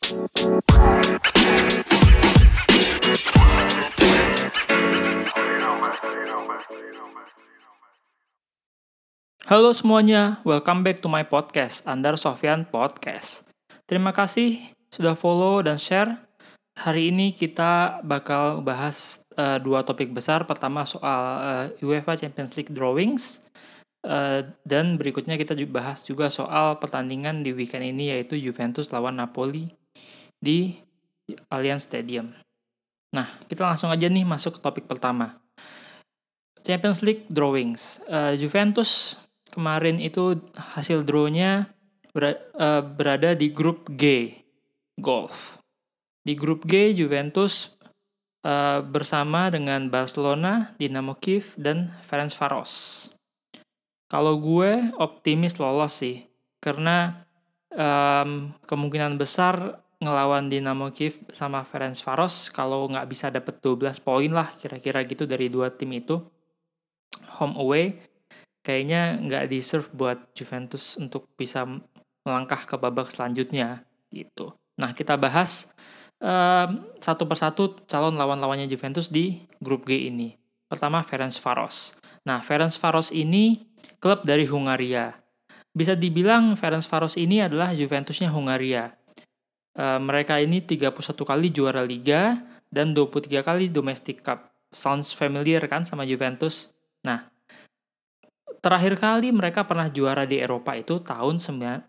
Halo semuanya, welcome back to my podcast, Andar Sofyan Podcast. Terima kasih sudah follow dan share. Hari ini kita bakal bahas dua topik besar. Pertama soal UEFA Champions League drawings, dan berikutnya kita bahas juga soal pertandingan di weekend ini, yaitu Juventus lawan Napoli di Allianz Stadium. Nah, kita langsung aja nih masuk ke topik pertama. Champions League drawings. Juventus kemarin itu hasil draw-nya berada di grup G, golf. Di grup G, Juventus bersama dengan Barcelona, Dinamo Kiev, dan Ferencvaros. Kalau gue optimis lolos sih, karena kemungkinan besar ngelawan Dinamo Kiev sama Ferencvaros, kalau nggak bisa dapet 12 poin lah kira-kira gitu dari dua tim itu, home away, kayaknya nggak deserve buat Juventus untuk bisa melangkah ke babak selanjutnya gitu. Nah, kita bahas satu persatu calon lawan-lawannya Juventus di grup G ini. Pertama, Ferencvaros. Nah, Ferencvaros ini klub dari Hungaria. Bisa dibilang Ferencvaros ini adalah Juventusnya Hungaria. Mereka ini 31 kali juara Liga dan 23 kali Domestic Cup. Sounds familiar kan sama Juventus? Nah, terakhir kali mereka pernah juara di Eropa itu tahun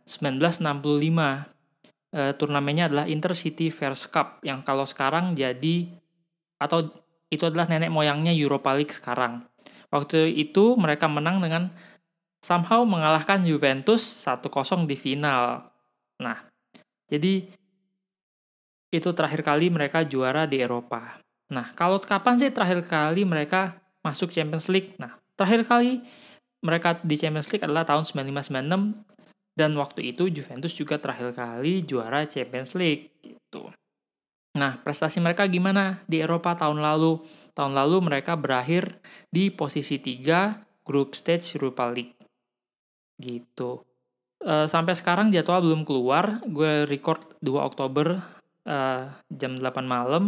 1965. Turnamennya adalah Intercity Fairs Cup, yang kalau sekarang jadi, atau itu adalah nenek moyangnya Europa League sekarang. Waktu itu mereka menang dengan somehow mengalahkan Juventus 1-0 di final. Nah, jadi itu terakhir kali mereka juara di Eropa. Nah, kalau kapan sih terakhir kali mereka masuk Champions League? Nah, terakhir kali mereka di Champions League adalah tahun 95-96, dan waktu itu Juventus juga terakhir kali juara Champions League gitu. Nah, prestasi mereka gimana di Eropa tahun lalu? Tahun lalu mereka berakhir di posisi 3 grup stage Europa League gitu. Sampai sekarang jadwal belum keluar. Gue record 2 Oktober jam 8 malam.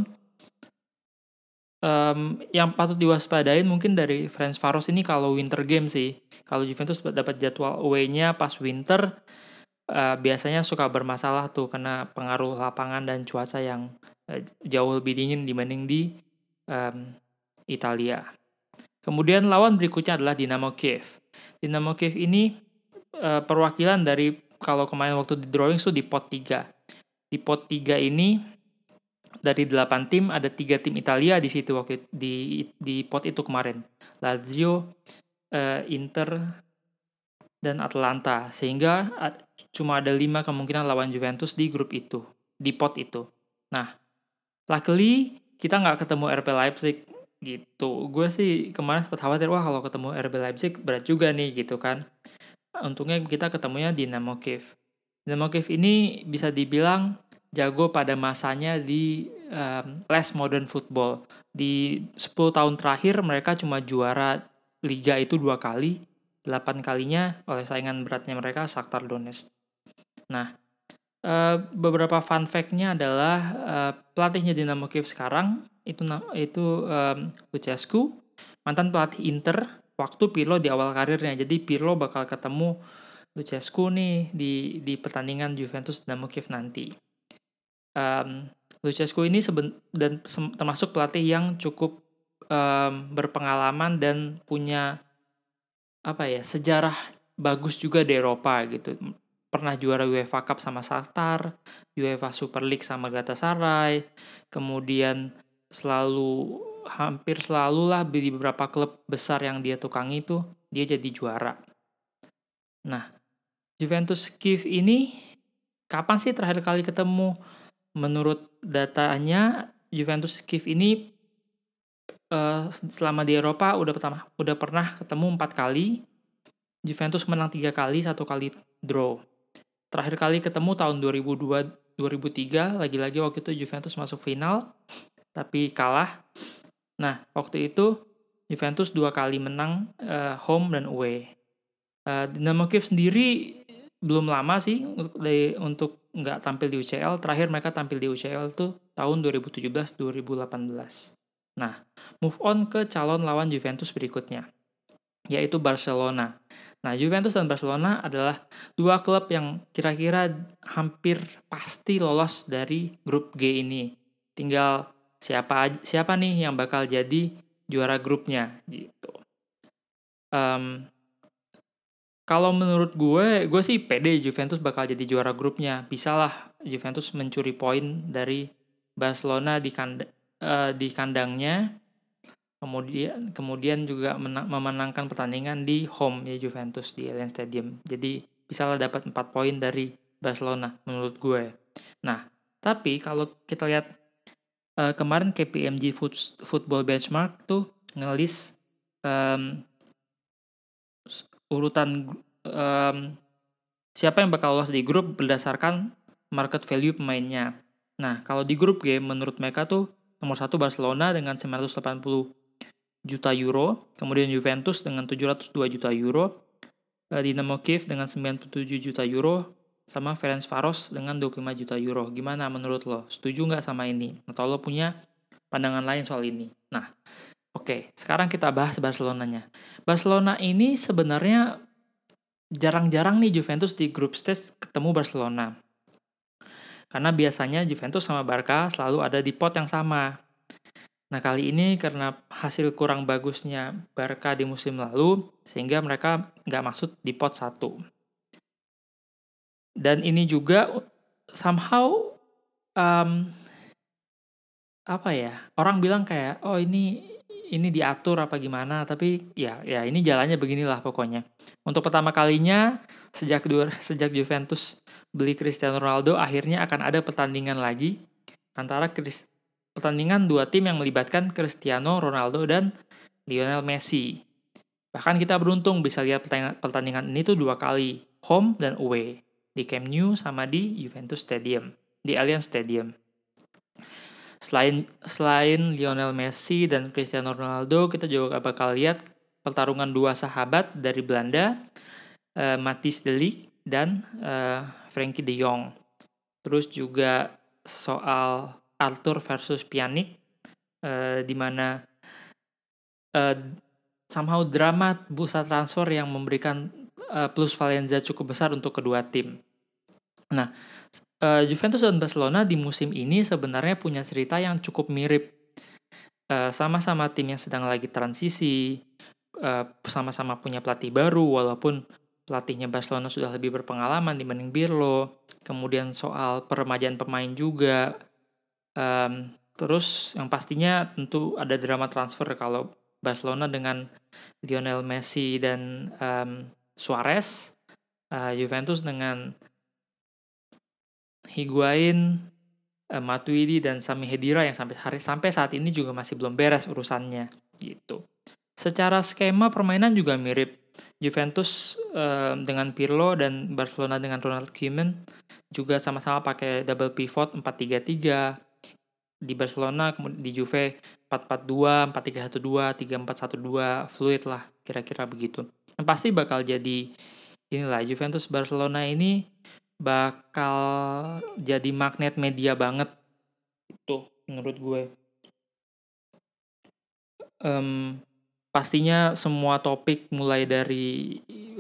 Yang patut diwaspadain mungkin dari Ferencvaros ini kalau winter game sih. Kalau Juventus dapat jadwal away-nya pas winter, biasanya suka bermasalah tuh karena pengaruh lapangan dan cuaca yang jauh lebih dingin dibanding di Italia. Kemudian lawan berikutnya adalah Dinamo Kiev. Dinamo Kiev ini perwakilan dari, kalau kemarin waktu di drawing tuh di pot 3. Di pot 3 ini dari 8 tim ada 3 tim Italia di situ waktu di pot itu kemarin. Lazio, Inter, dan Atalanta. Sehingga cuma ada 5 kemungkinan lawan Juventus di grup itu, di pot itu. Nah, luckily kita nggak ketemu RB Leipzig gitu. Gue sih kemarin sempat khawatir, wah kalau ketemu RB Leipzig berat juga nih gitu kan. Untungnya kita ketemunya Dinamo Kiev. Dinamo Kiev ini bisa dibilang jago pada masanya di less modern football. Di 10 tahun terakhir mereka cuma juara Liga itu 2 kali, 8 kalinya oleh saingan beratnya mereka, Shakhtar Donetsk. Nah, beberapa fun fact-nya adalah pelatihnya Dinamo Kiev sekarang itu Lucescu, mantan pelatih Inter waktu Pirlo di awal karirnya. Jadi Pirlo bakal ketemu Lucescu nih di pertandingan Juventus Dinamo Kiev nanti. Lucescu ini termasuk pelatih yang cukup berpengalaman dan punya sejarah bagus juga di Eropa gitu. Pernah juara UEFA Cup sama Shakhtar, UEFA Super League sama Galatasaray, kemudian hampir selalu lah di beberapa klub besar yang dia tukangi itu dia jadi juara. Nah, Juventus Kiev ini kapan sih terakhir kali ketemu? Menurut datanya, Juventus Kiev ini selama di Eropa udah pernah ketemu 4 kali. Juventus menang 3 kali, 1 kali draw. Terakhir kali ketemu tahun 2002-2003, lagi-lagi waktu itu Juventus masuk final, tapi kalah. Nah, waktu itu Juventus 2 kali menang home dan away. Dinamo Kiev sendiri belum lama sih untuk nggak tampil di UCL. Terakhir mereka tampil di UCL tuh tahun 2017-2018. Nah, move on ke calon lawan Juventus berikutnya, yaitu Barcelona. Nah, Juventus dan Barcelona adalah dua klub yang kira-kira hampir pasti lolos dari grup G ini. Tinggal siapa nih yang bakal jadi juara grupnya gitu. Kalau menurut gue sih pede Juventus bakal jadi juara grupnya. Bisalah Juventus mencuri poin dari Barcelona di kandangnya. Kemudian juga memenangkan pertandingan di home ya Juventus di Allianz Stadium. Jadi bisalah dapat 4 poin dari Barcelona menurut gue. Nah, tapi kalau kita lihat kemarin KPMG Football Benchmark tuh ngelis urutan siapa yang bakal lolos di grup berdasarkan market value pemainnya. Nah, kalau di grup G menurut mereka tuh nomor 1 Barcelona dengan 980 juta euro, kemudian Juventus dengan 702 juta euro, Dinamo Kiev dengan 97 juta euro, sama Ferencvaros dengan 25 juta euro. Gimana menurut lo? Setuju nggak sama ini? Atau lo punya pandangan lain soal ini? Nah, oke, sekarang kita bahas Barcelonanya. Barcelona ini sebenarnya jarang-jarang nih Juventus di group stage ketemu Barcelona. Karena biasanya Juventus sama Barca selalu ada di pot yang sama. Nah, kali ini karena hasil kurang bagusnya Barca di musim lalu, sehingga mereka nggak masuk di pot 1. Dan ini juga somehow orang bilang kayak, oh ini diatur apa gimana, tapi ya ini jalannya beginilah pokoknya. Untuk pertama kalinya sejak Juventus beli Cristiano Ronaldo, akhirnya akan ada pertandingan lagi antara pertandingan dua tim yang melibatkan Cristiano Ronaldo dan Lionel Messi. Bahkan kita beruntung bisa lihat pertandingan ini tuh 2 kali, home dan away, di Camp Nou sama di Juventus Stadium, di Allianz Stadium. Selain Lionel Messi dan Cristiano Ronaldo, kita juga bakal lihat pertarungan dua sahabat dari Belanda, Matthijs de Ligt dan Frenkie de Jong. Terus juga soal Arthur versus Pjanic, di mana somehow drama bursa transfer yang memberikan plus valenza cukup besar untuk kedua tim. Nah, Juventus dan Barcelona di musim ini sebenarnya punya cerita yang cukup mirip. Sama-sama tim yang sedang lagi transisi, sama-sama punya pelatih baru, walaupun pelatihnya Barcelona sudah lebih berpengalaman dibanding Pirlo. Kemudian soal peremajaan pemain juga. Terus yang pastinya tentu ada drama transfer kalau Barcelona dengan Lionel Messi dan Suarez, Juventus dengan Higuain, Matuidi dan Sami Khedira yang sampai saat ini juga masih belum beres urusannya gitu. Secara skema permainan juga mirip. Juventus dengan Pirlo dan Barcelona dengan Ronald Koeman juga sama-sama pakai double pivot 4-3-3. Di Barcelona, kemudian di Juve 4-4-2, 4-3-1-2, 3-4-1-2, fluid lah kira-kira begitu. Yang pasti bakal jadi inilah Juventus Barcelona ini bakal jadi magnet media banget itu menurut gue. Pastinya semua topik mulai dari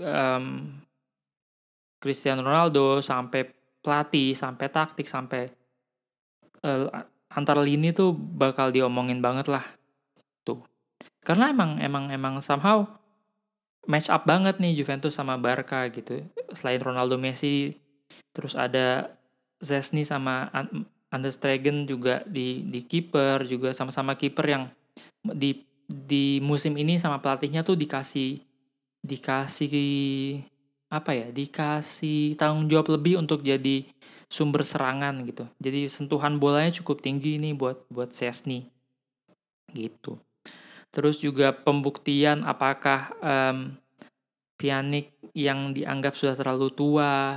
Cristiano Ronaldo sampai pelatih, sampai taktik, sampai antar lini tuh bakal diomongin banget lah tuh. Karena emang somehow match up banget nih Juventus sama Barca gitu. Selain Ronaldo Messi, terus ada Szczęsny sama Ter Stegen juga di kiper, juga sama-sama kiper yang di musim ini sama pelatihnya tuh dikasih tanggung jawab lebih untuk jadi sumber serangan gitu. Jadi sentuhan bolanya cukup tinggi nih buat Szczęsny gitu. Terus juga pembuktian apakah Pjanic yang dianggap sudah terlalu tua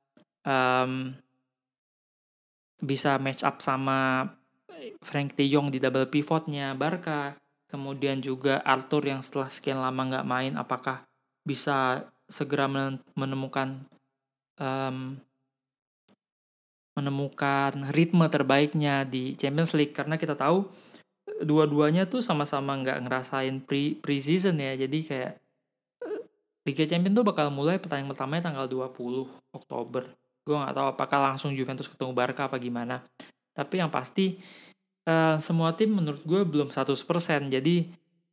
bisa match up sama Frenkie de Jong di double pivotnya Barca. Kemudian juga Arthur yang setelah sekian lama nggak main, apakah bisa segera menemukan menemukan ritme terbaiknya di Champions League, karena kita tahu dua-duanya tuh sama-sama nggak ngerasain pre-season ya. Jadi kayak Liga Champions tuh bakal mulai pertandingan pertamanya tanggal 20 Oktober. Gue nggak tahu apakah langsung Juventus ketemu Barca apa gimana. Tapi yang pasti semua tim menurut gue belum 100%. Jadi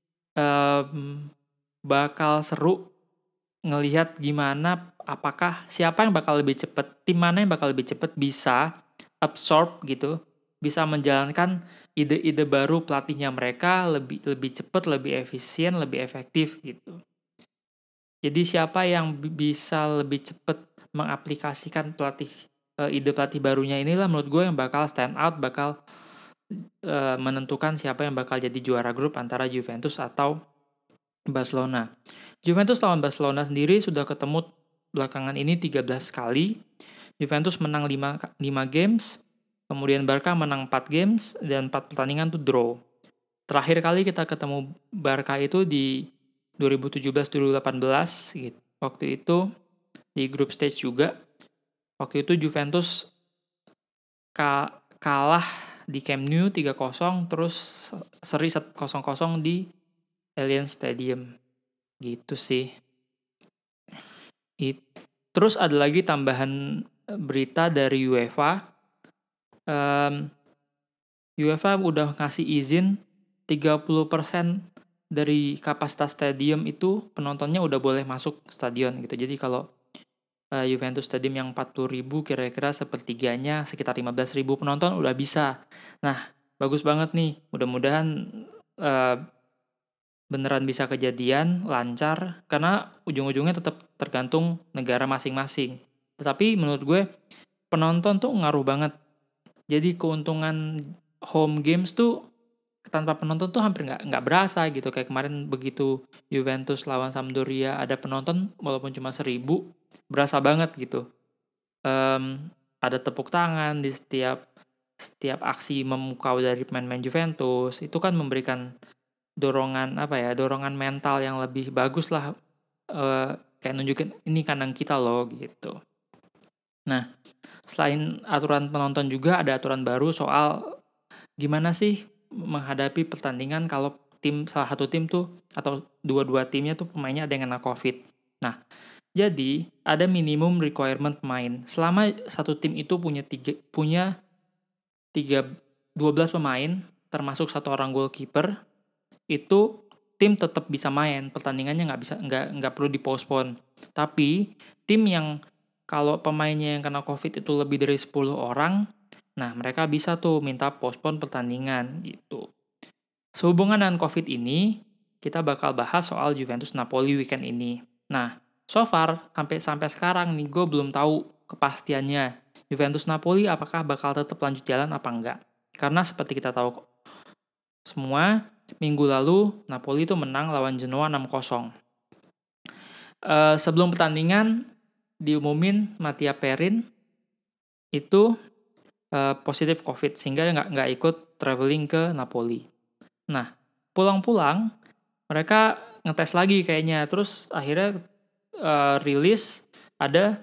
bakal seru ngelihat gimana, apakah siapa yang bakal lebih cepet, tim mana yang bakal lebih cepet bisa absorb gitu, bisa menjalankan ide-ide baru pelatihnya mereka lebih cepet, lebih efisien, lebih efektif gitu. Jadi siapa yang bisa lebih cepet mengaplikasikan ide pelatih barunya, inilah menurut gue yang bakal stand out, bakal menentukan siapa yang bakal jadi juara grup antara Juventus atau Barcelona. Juventus lawan Barcelona sendiri sudah ketemu belakangan ini 13 kali. Juventus menang 5 games, kemudian Barca menang 4 games, dan 4 pertandingan tuh draw. Terakhir kali kita ketemu Barca itu di 2017-2018 gitu. Waktu itu di group stage juga. Waktu itu Juventus kalah di Camp Nou 3-0, terus seri 0-0 di Allianz Stadium. Gitu sih. Terus ada lagi tambahan berita dari UEFA. UEFA udah ngasih izin 30% dari kapasitas stadium itu penontonnya udah boleh masuk stadion gitu. Jadi kalau Juventus Stadium yang 40.000 kira-kira sepertiganya sekitar 15.000 penonton udah bisa. Nah, bagus banget nih. Mudah-mudahan beneran bisa kejadian, lancar, karena ujung-ujungnya tetap tergantung negara masing-masing. Tetapi menurut gue, penonton tuh ngaruh banget. Jadi keuntungan home games tuh tanpa penonton tuh hampir nggak berasa gitu. Kayak kemarin begitu Juventus lawan Sampdoria ada penonton walaupun cuma 1.000, berasa banget gitu. Ada tepuk tangan di setiap aksi memukau dari pemain-pemain Juventus. Itu kan memberikan dorongan mental yang lebih bagus lah, kayak nunjukin ini kandang kita loh gitu. Nah, selain aturan penonton juga ada aturan baru soal gimana sih menghadapi pertandingan kalau salah satu tim tuh atau dua-dua timnya tuh pemainnya ada yang kena COVID. Nah, jadi ada minimum requirement pemain. Selama satu tim itu punya 12 pemain termasuk satu orang goalkeeper, itu tim tetap bisa main, pertandingannya nggak perlu dipospon. Tapi tim yang kalau pemainnya yang kena COVID itu lebih dari 10 orang, nah mereka bisa tuh minta pospon pertandingan gitu. Sehubungan dengan COVID ini, kita bakal bahas soal Juventus Napoli weekend ini. Nah, so far sampai sekarang nih gue belum tahu kepastiannya Juventus Napoli apakah bakal tetap lanjut jalan apa enggak. Karena seperti kita tahu semua, minggu lalu Napoli itu menang lawan Genoa 6-0. Sebelum pertandingan diumumin Mattia Perin itu positif COVID sehingga nggak ikut traveling ke Napoli. Nah, pulang-pulang mereka ngetes lagi kayaknya, terus akhirnya rilis ada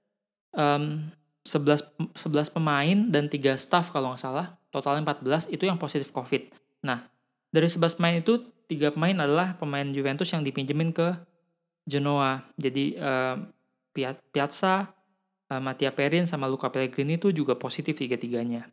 11 pemain dan 3 staff kalau nggak salah, totalnya 14 itu yang positif COVID. Nah, dari 11 pemain itu 3 pemain adalah pemain Juventus yang dipinjemin ke Genoa. Jadi Piazza, Mattia Perin sama Luca Pellegrini itu juga positif tiga-tiganya.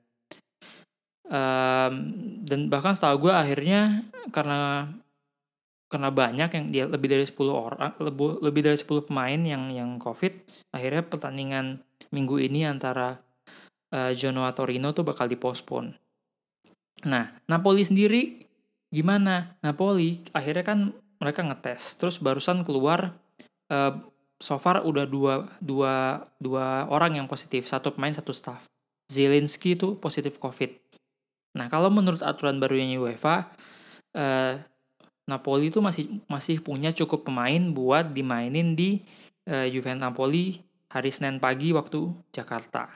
Dan bahkan setahu gue akhirnya karena banyak yang dia lebih dari 10 orang, lebih dari 10 pemain yang COVID, akhirnya pertandingan minggu ini antara Genoa Torino tuh bakal dipospon. Nah, Napoli sendiri gimana? Napoli akhirnya kan mereka ngetes, terus barusan keluar so far udah dua orang yang positif, satu pemain satu staff. Zielinski tuh positif COVID. Nah, kalau menurut aturan barunya UEFA, Napoli itu masih punya cukup pemain buat dimainin di Juventus Napoli hari Senin pagi waktu Jakarta.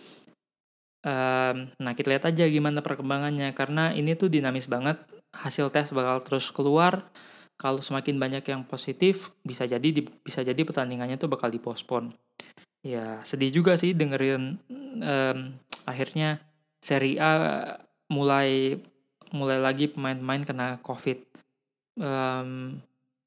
Nah, kita lihat aja gimana perkembangannya, karena ini tuh dinamis banget, hasil tes bakal terus keluar. Kalau semakin banyak yang positif, bisa jadi pertandingannya tuh bakal dipospon. Ya, sedih juga sih dengerin akhirnya Serie A mulai lagi pemain-pemain kena COVID. Em,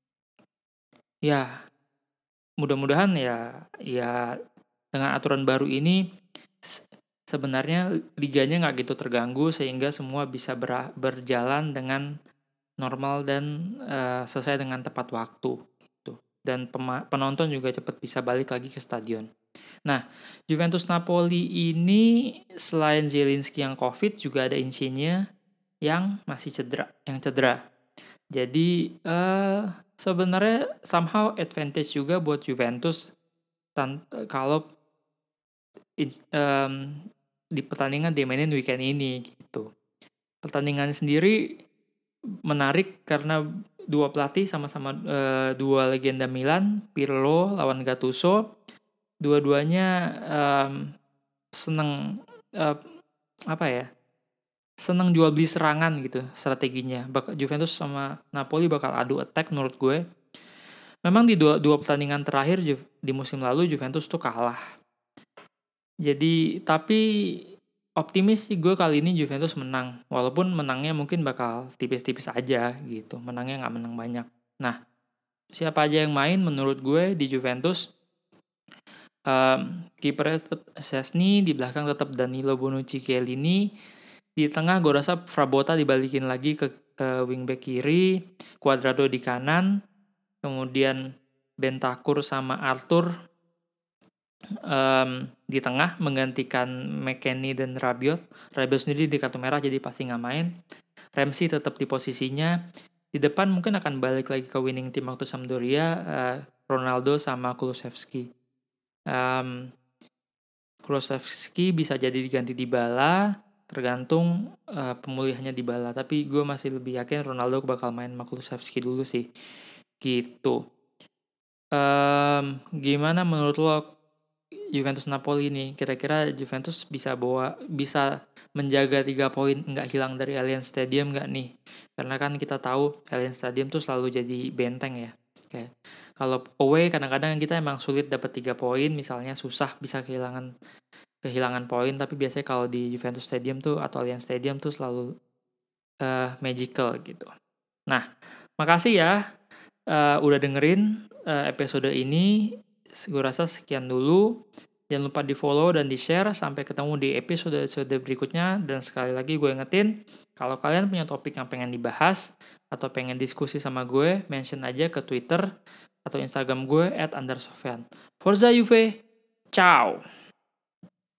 ya mudah-mudahan ya dengan aturan baru ini se- sebenarnya liganya nggak gitu terganggu sehingga semua bisa berjalan dengan normal dan selesai dengan tepat waktu gitu. Dan penonton juga cepat bisa balik lagi ke stadion. Nah, Juventus Napoli ini selain Zielinski yang COVID juga ada Insigne yang masih cedera. Jadi sebenarnya somehow advantage juga buat Juventus kalau di pertandingan dimainin weekend ini gitu. Pertandingan sendiri menarik karena dua pelatih sama-sama dua legenda Milan, Pirlo lawan Gattuso. Dua-duanya seneng eh, apa ya? Seneng jual beli serangan gitu strateginya. Juventus sama Napoli bakal adu attack menurut gue. Memang di dua pertandingan terakhir di musim lalu Juventus tuh kalah. Jadi tapi optimis sih gue kali ini Juventus menang. Walaupun menangnya mungkin bakal tipis-tipis aja gitu. Menangnya nggak menang banyak. Nah, siapa aja yang main menurut gue di Juventus? Kipernya Szczesny, di belakang tetap Danilo Bonucci Chiellini. Di tengah gue rasa Frabotta dibalikin lagi ke wingback kiri, Cuadrado di kanan, kemudian Bentancur sama Arthur di tengah menggantikan McKennie dan Rabiot. Rabiot sendiri di kartu merah jadi pasti nggak main. Ramsey tetap di posisinya. Di depan mungkin akan balik lagi ke winning team waktu Sampdoria, Ronaldo sama Kulusevski. Kulusevski bisa jadi diganti Dybala, tergantung pemulihannya Dybala. Tapi gue masih lebih yakin Ronaldo bakal main sama Kulusevski dulu sih. Gitu. Gimana menurut lo Juventus Napoli ini? Kira-kira Juventus bisa menjaga 3 poin nggak hilang dari Allianz Stadium nggak nih? Karena kan kita tahu Allianz Stadium tuh selalu jadi benteng ya. Kayak kalau away kadang-kadang kita emang sulit dapat 3 poin, misalnya susah bisa kehilangan poin, tapi biasanya kalau di Juventus Stadium tuh atau Allianz Stadium tuh selalu magical gitu. Nah, makasih ya udah dengerin episode ini. Gue rasa sekian dulu. Jangan lupa di follow dan di share. Sampai ketemu di episode berikutnya. Dan sekali lagi gue ingetin, kalau kalian punya topik yang pengen dibahas atau pengen diskusi sama gue, mention aja ke Twitter atau Instagram gue @andersofyan. Forza Juve, ciao!